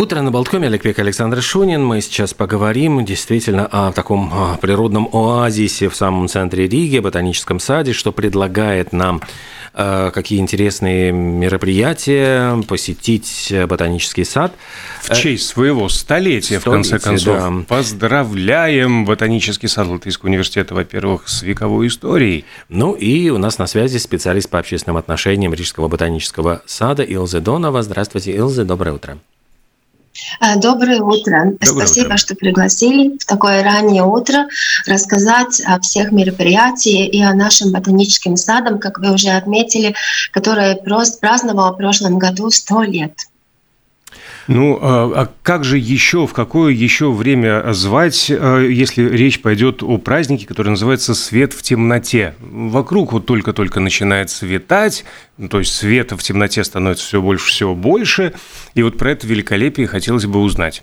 Утро на Болткоме, Олег Пек, Александр Шунин. Мы сейчас поговорим действительно о таком природном оазисе в самом центре Риги, ботаническом саде, что предлагает нам какие интересные мероприятия, посетить ботанический сад. В честь своего столетия, в конце концов. Да. Поздравляем ботанический сад Латвийского университета, во-первых, с вековой историей. Ну и у нас на связи специалист по общественным отношениям Рижского ботанического сада Илза Донова. Здравствуйте, Илза, доброе утро. Доброе утро. Спасибо, что пригласили в такое раннее утро рассказать о всех мероприятиях и о нашем ботаническом саде, как вы уже отметили, который праздновал в прошлом году 100 лет. Ну, а как же еще, в какое еще время звать, если речь пойдет о празднике, который называется «Свет в темноте»? Вокруг вот только-только начинает светать, то есть света в темноте становится все больше, и вот про это великолепие хотелось бы узнать.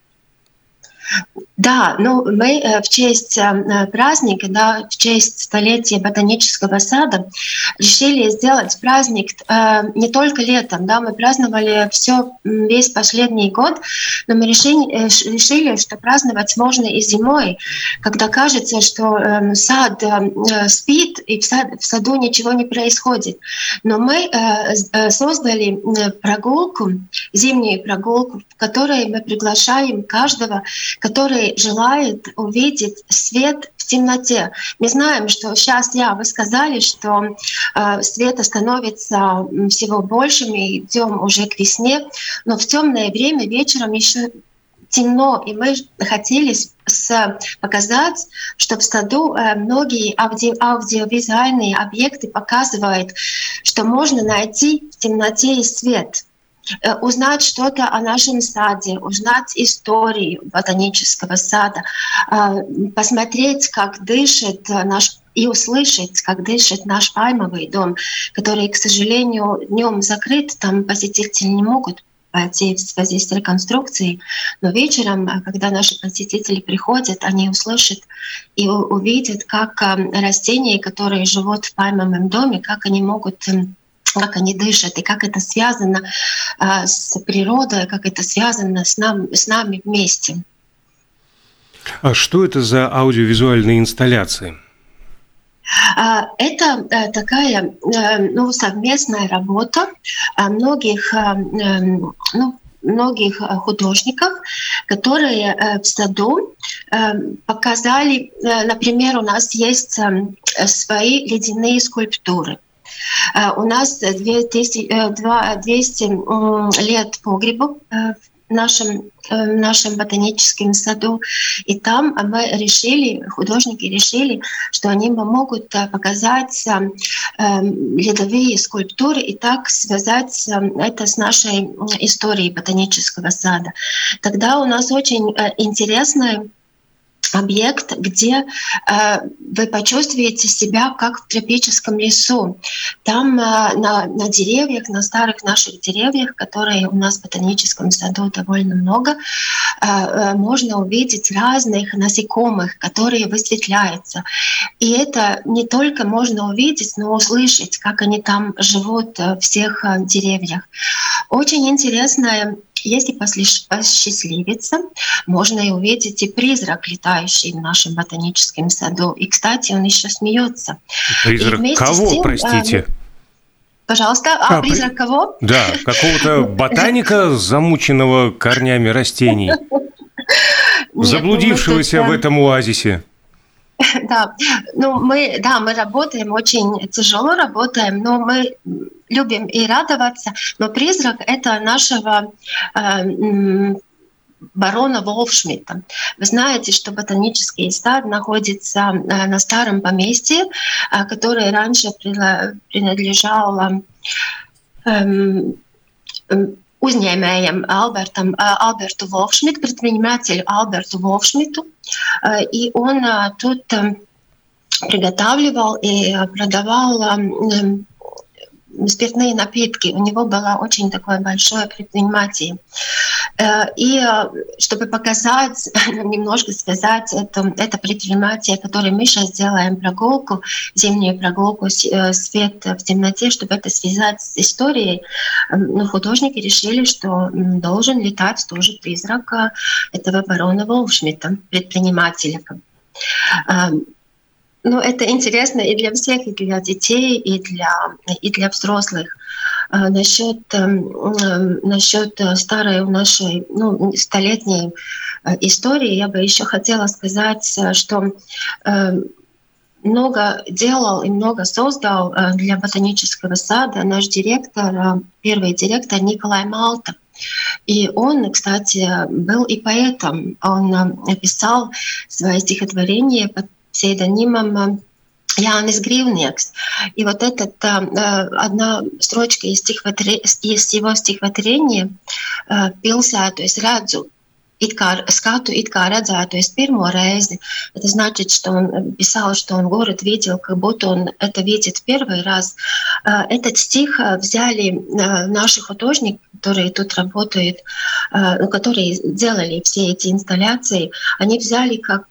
Да, мы в честь праздника, в честь столетия ботанического сада решили сделать праздник не только летом, мы праздновали весь последний год, но мы решили, что праздновать можно и зимой, когда кажется, что сад спит и в саду ничего не происходит. Но мы создали зимнюю прогулку, в которой мы приглашаем каждого, который желает увидеть свет в темноте. Мы знаем, что сейчас вы сказали, что света становится всего больше, мы идем уже к весне, но в темное время вечером еще темно, и мы хотели показать, что в саду многие аудиовизуальные объекты показывают, что можно найти в темноте и свет. Узнать что-то о нашем саде, узнать историю ботанического сада, посмотреть, как дышит и услышать, как дышит наш пальмовый дом, который, к сожалению, днем закрыт, там посетители не могут пойти в связи с реконструкцией, но вечером, когда наши посетители приходят, они услышат и увидят, как растения, которые живут в пальмовом доме, как они дышат, и как это связано с природой, как это связано с нами вместе. А что это за аудиовизуальные инсталляции? Это такая совместная работа многих художников, которые в саду показали, например, у нас есть свои ледяные скульптуры. У нас 200 лет погребу в нашем ботаническом саду. И там художники решили, что они могут показать ледовые скульптуры и так связать это с нашей историей ботанического сада. Тогда у нас очень интересная объект, где вы почувствуете себя как в тропическом лесу. Там на деревьях, на старых наших деревьях, которые у нас в ботаническом саду довольно много, можно увидеть разных насекомых, которые высветляются. И это не только можно увидеть, но услышать, как они там живут в всех деревьях. Очень интересная. Если посчастливится, можно и увидеть и призрак, летающий в нашем ботаническом саду. И, кстати, он еще смеется. Призрак кого, простите? Пожалуйста, призрак кого? Да, какого-то ботаника, замученного корнями растений, заблудившегося в этом оазисе. Да, мы работаем, очень тяжело работаем, но мы любим и радоваться. Но призрак — это нашего барона Волфшмидта. Вы знаете, что ботанический сад находится на старом поместье, которое раньше принадлежало uzņēmējam Альберту Волфшмидту, предпринимателю Альберту Волфшмидту. И он тут приготавливал и продавал спиртные напитки. У него было очень такое большое предприятие. И чтобы показать, немножко связать это предприятие, которое мы сейчас делаем, прогулку, зимнюю прогулку «Свет в темноте», чтобы это связать с историей, художники решили, что должен летать тоже призрак этого барона Волшмидта, предпринимателя. Это интересно и для всех, и для детей, и для взрослых. Насчет старой нашей столетней истории я бы еще хотела сказать, что много делал и много создал для ботанического сада наш директор, первый директор Николай Малта. И он, кстати, был и поэтом. Он написал свои стихотворения под псевдонимом Jānis Grīvnieks. И вот одна строчка из его стихотворения «Pilsētu es redzu, скату redzētu es pirmo reizi». Это значит, что он писал, что он город видел, как будто он это видит в первый раз. Этот стих взяли наши художники, которые тут работают, которые делали все эти инсталляции, они взяли как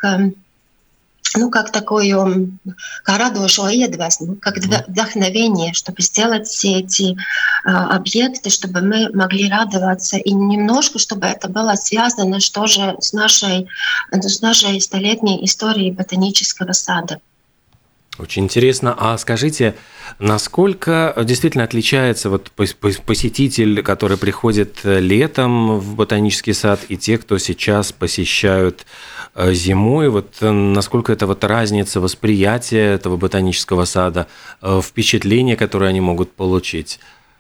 такое радоšo iedvesmu, как вдохновение, чтобы сделать все эти объекты, чтобы мы могли радоваться, и немножко, чтобы это было связано тоже с нашей столетней историей ботанического сада. Очень интересно. А скажите, насколько действительно отличается посетитель, который приходит летом в ботанический сад, и те, кто сейчас посещают зимой? Насколько это разница восприятия этого ботанического сада, впечатления, которые они могут получить?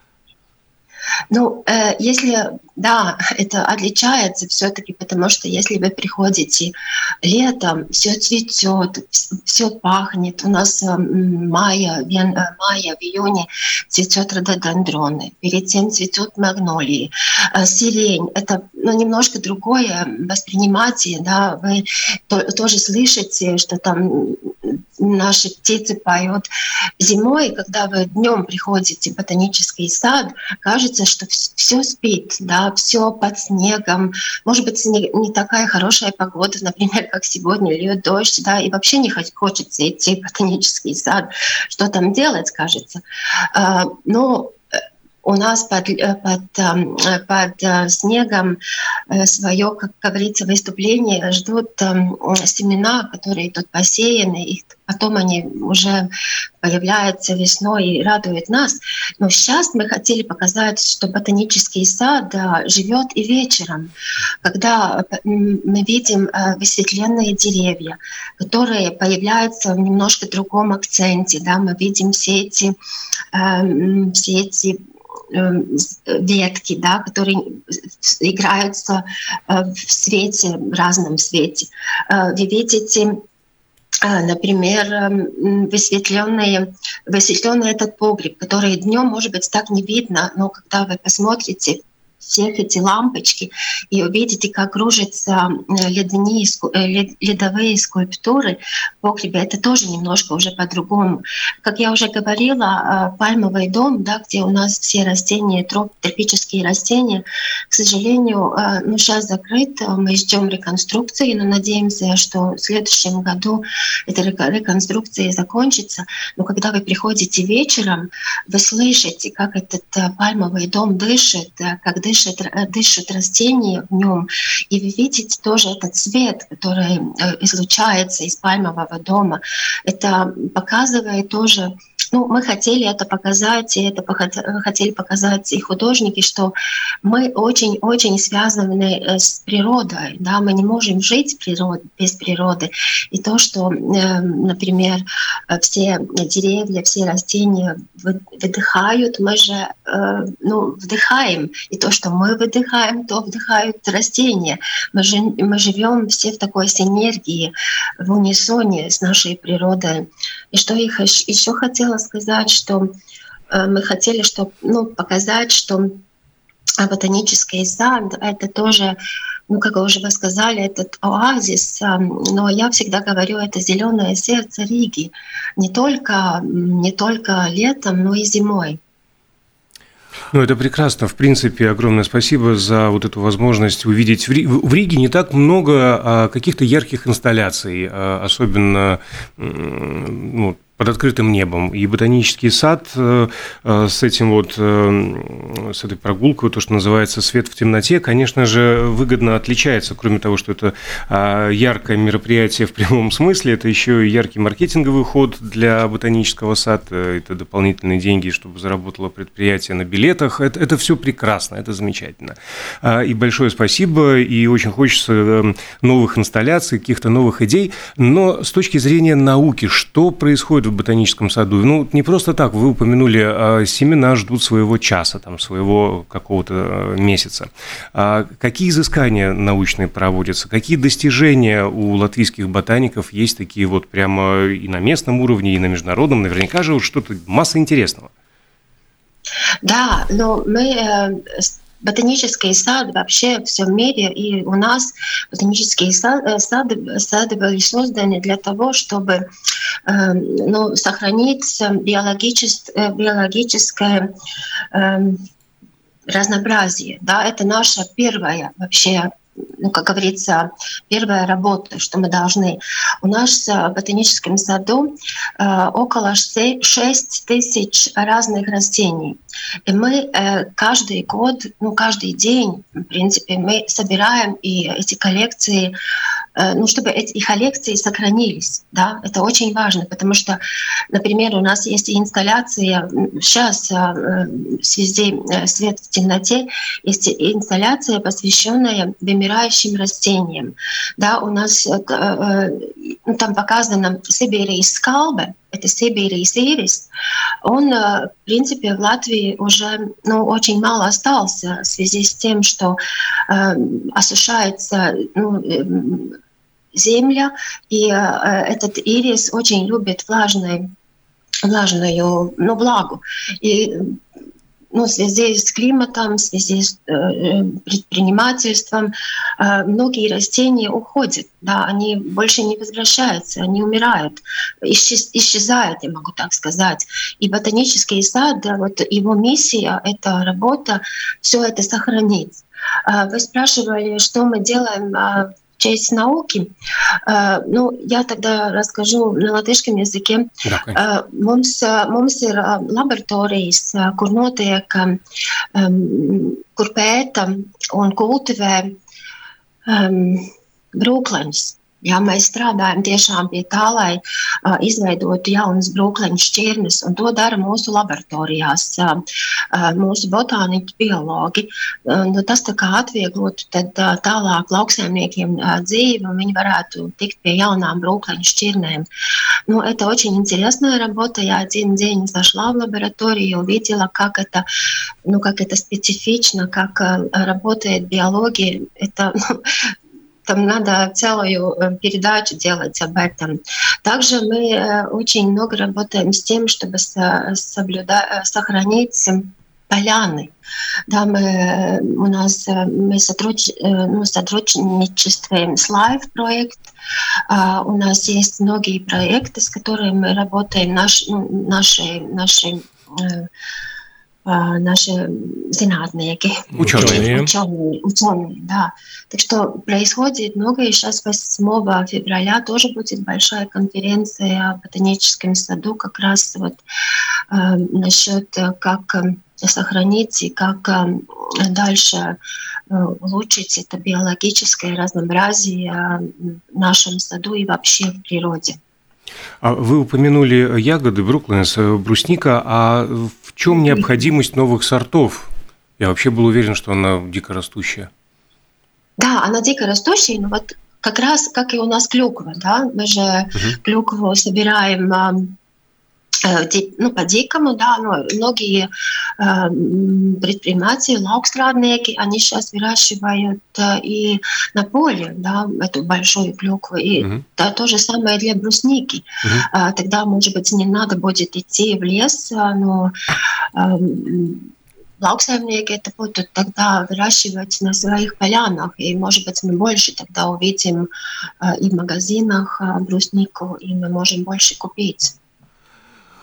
Это отличается все-таки, потому что если вы приходите летом, все цветет, все пахнет. У нас в мае, в июне цветет рододендроны, перед тем цветут магнолии, сирень. Это немножко другое воспринимание, да, вы тоже слышите, что там наши птицы поют. Зимой, когда вы днем приходите в ботанический сад, кажется, что все спит, да, все под снегом. Может быть, не такая хорошая погода, например, как сегодня, льет дождь, да, и вообще не хочется идти в ботанический сад. Что там делать, кажется. У нас под снегом свое, как говорится, выступление ждут семена, которые тут посеяны, и потом они уже появляются весной и радуют нас. Но сейчас мы хотели показать, что ботанический сад живет и вечером, когда мы видим высветленные деревья, которые появляются в немножко другом акценте. Да? Мы видим все эти ветки, да, которые играются в свете, в разном свете. Вы видите, например, высветленный этот погреб, который днем, может быть, так не видно, но когда вы посмотрите все эти лампочки и увидите, как кружатся ледовые скульптуры в погребе, это тоже немножко уже по-другому. Как я уже говорила, пальмовый дом, да, где у нас все растения, тропические растения, к сожалению, сейчас закрыт. Мы ждем реконструкции, но надеемся, что в следующем году эта реконструкция закончится. Но когда вы приходите вечером, вы слышите, как этот пальмовый дом дышит, как дышат растения в нем, и вы видите тоже этот свет, который излучается из пальмового дома. Это показывает тоже, мы хотели это показать, и это хотели показать и художники, что мы очень-очень связаны с природой, да, мы не можем жить без природы. И то, что, например, все деревья, все растения выдыхают, мы же вдыхаем, и то, что мы выдыхаем, то вдыхают растения. Мы живем все в такой синергии, в унисоне с нашей природой. И что я еще хотела сказать, что мы хотели показать, что ботанический сад — это тоже, как вы уже сказали, этот оазис, но я всегда говорю, это зеленое сердце Риги, не только летом, но и зимой. Ну, это прекрасно. В принципе, огромное спасибо за вот эту возможность увидеть. В Риге не так много каких-то ярких инсталляций, особенно под открытым небом. И ботанический сад с этим с этой прогулкой, то, что называется «Свет в темноте», конечно же, выгодно отличается. Кроме того, что это яркое мероприятие в прямом смысле, это еще и яркий маркетинговый ход для ботанического сада. Это дополнительные деньги, чтобы заработало предприятие на билетах. Это все прекрасно, это замечательно. И большое спасибо, и очень хочется новых инсталляций, каких-то новых идей. Но с точки зрения науки, что происходит в ботаническом саду? Ну, не просто так. Вы упомянули, семена ждут своего часа, своего какого-то месяца. Какие изыскания научные проводятся? Какие достижения у латвийских ботаников есть такие прямо и на местном уровне, и на международном? Наверняка же что-то масса интересного. Да, но мы... Ботанический сад вообще в всем мире, и у нас ботанические сады были созданы для того, чтобы сохранить биологическое разнообразие. Да? Это наша первая вообще, как говорится, первая работа, что мы должны. У нас в ботаническом саду около 6 тысяч разных растений. И мы каждый год, каждый день, в принципе, мы собираем и эти коллекции, чтобы эти коллекции сохранились. Да? Это очень важно, потому что, например, у нас есть инсталляция, сейчас в связи «Свет в темноте», есть инсталляция, посвященная вымирающим растениям. Да, у нас там показано Сибирис скалбе, это Сибирис ирис. Он, в принципе, в Латвии уже очень мало остался в связи с тем, что осушается земля, и этот ирис очень любит влажную влагу. И в связи с климатом, в связи с предпринимательством многие растения уходят, да, они больше не возвращаются, они умирают, исчезают, я могу так сказать. И ботанический сад, его миссия, эта работа, все это сохранить. Вы спрашивали, что мы делаем в честь науки. Я тогда расскажу на латышском языке. Mums ir laboratorijas, kur notiek, kur pēta un kultivē brūkleņus. Jā, mēs strādājam tiešām pie tā, lai izveidotu jaunas brūkleņu šķirnes, un to dara mūsu laboratorijās, mūsu botāniķi, biologi. Tas tā kā atvieglotu tad tālāk lauksaimniekiem dzīvi, un viņi varētu tikt pie jaunām brūkleņu šķirnēm. Это очень интересная работа. Я один день зашла в лабораторию, увидела, как это специфично, как работает биология. Там надо целую передачу делать об этом. Также мы очень много работаем с тем, чтобы сохранить поляны. Да, мы сотрудничествуем с Life проект. У нас есть многие проекты, с которыми мы работаем, наши зинатники. Ученые, да. Так что происходит много, и сейчас 8 февраля тоже будет большая конференция о ботаническом саду, как раз насчет как сохранить и как дальше улучшить это биологическое разнообразие в нашем саду и вообще в природе. Вы упомянули ягоды, брукленс, брусника. А в чем необходимость новых сортов? Я вообще был уверен, что она дикорастущая. Да, она дикорастущая, но как раз как и у нас клюква, да, мы же клюкву собираем по-дикому, да, но многие предприниматели, лаукstrādnieki, они сейчас выращивают и на поле, да, эту большую клюкву, и то же самое для брусники. Тогда, может быть, не надо будет идти в лес, но lauksaimnieki это будут тогда выращивать на своих полянах, и, может быть, мы больше тогда увидим и в магазинах бруснику, и мы можем больше купить.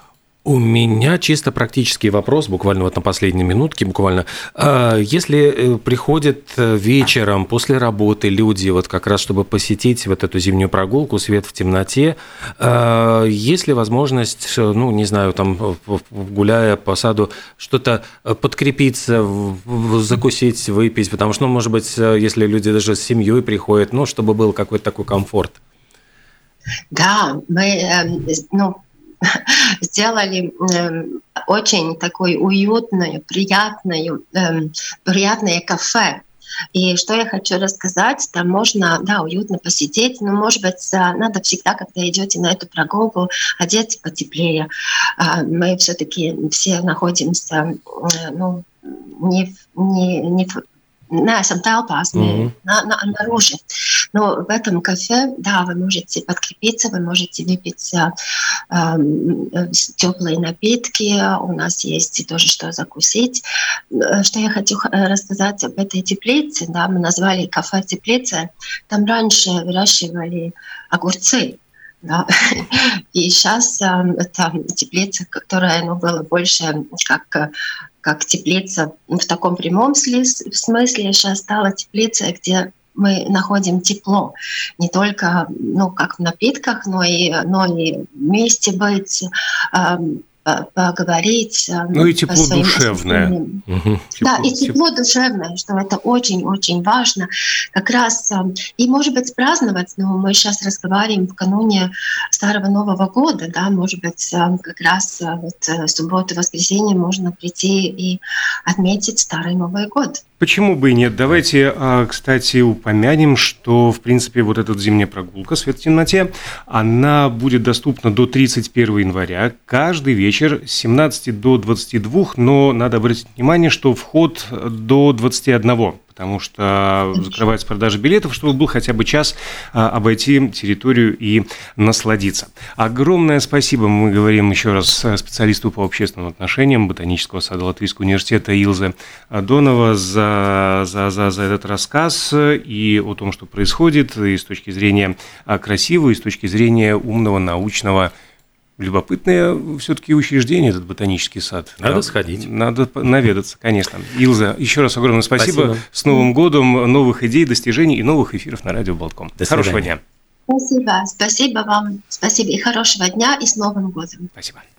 У меня чисто практический вопрос, буквально вот на последней минутке, буквально. Если приходят вечером после работы люди, вот как раз чтобы посетить вот эту зимнюю прогулку «Свет в темноте», есть ли возможность, ну, не знаю, там, гуляя по саду, что-то подкрепиться, закусить, выпить? Потому что, ну, может быть, если люди даже с семьей приходят, ну, чтобы был какой-то такой комфорт. Да, мы, сделали очень такое уютное, приятное кафе. И что я хочу рассказать, там можно, да, уютно посидеть, но, может быть, надо всегда, когда идете на эту прогулку, одеться потеплее. Мы все-таки все находимся, неesam telpās, наружу. Но в этом кафе, да, вы можете подкрепиться, вы можете выпить теплые напитки, у нас есть тоже что закусить. Что я хочу рассказать об этой теплице, да, мы назвали кафе теплица, там раньше выращивали огурцы. Да. И сейчас это теплица, которая была больше как теплица в таком прямом смысле, сейчас стала теплица, где мы находим тепло. Не только как в напитках, но и вместе быть, поговорить. Ну и тепло душевное. Да, и тепло душевное, что это очень-очень важно. Как раз, и может быть праздновать, но мы сейчас разговариваем в кануне Старого Нового года, да, может быть как раз вот субботу, воскресенье можно прийти и отметить Старый Новый год. Почему бы и нет? Давайте, кстати, упомянем, что, в принципе, вот эта зимняя прогулка «Свет в темноте», она будет доступна до 31 января, каждый вечер с 17 до 22, но надо обратить внимание, что вход до 21, потому что закрывается продажа билетов, чтобы был хотя бы час обойти территорию и насладиться. Огромное спасибо, мы говорим еще раз специалисту по общественным отношениям Ботанического сада Латвийского университета Илзе Донова за этот рассказ и о том, что происходит, и с точки зрения красивого, и с точки зрения умного, научного. Любопытное все-таки учреждение, этот ботанический сад. Надо сходить. Надо наведаться, конечно. Илза, еще раз огромное спасибо. С Новым годом, новых идей, достижений и новых эфиров на радио Болтком. Хорошего дня. Спасибо вам. Спасибо и хорошего дня, и с Новым годом. Спасибо.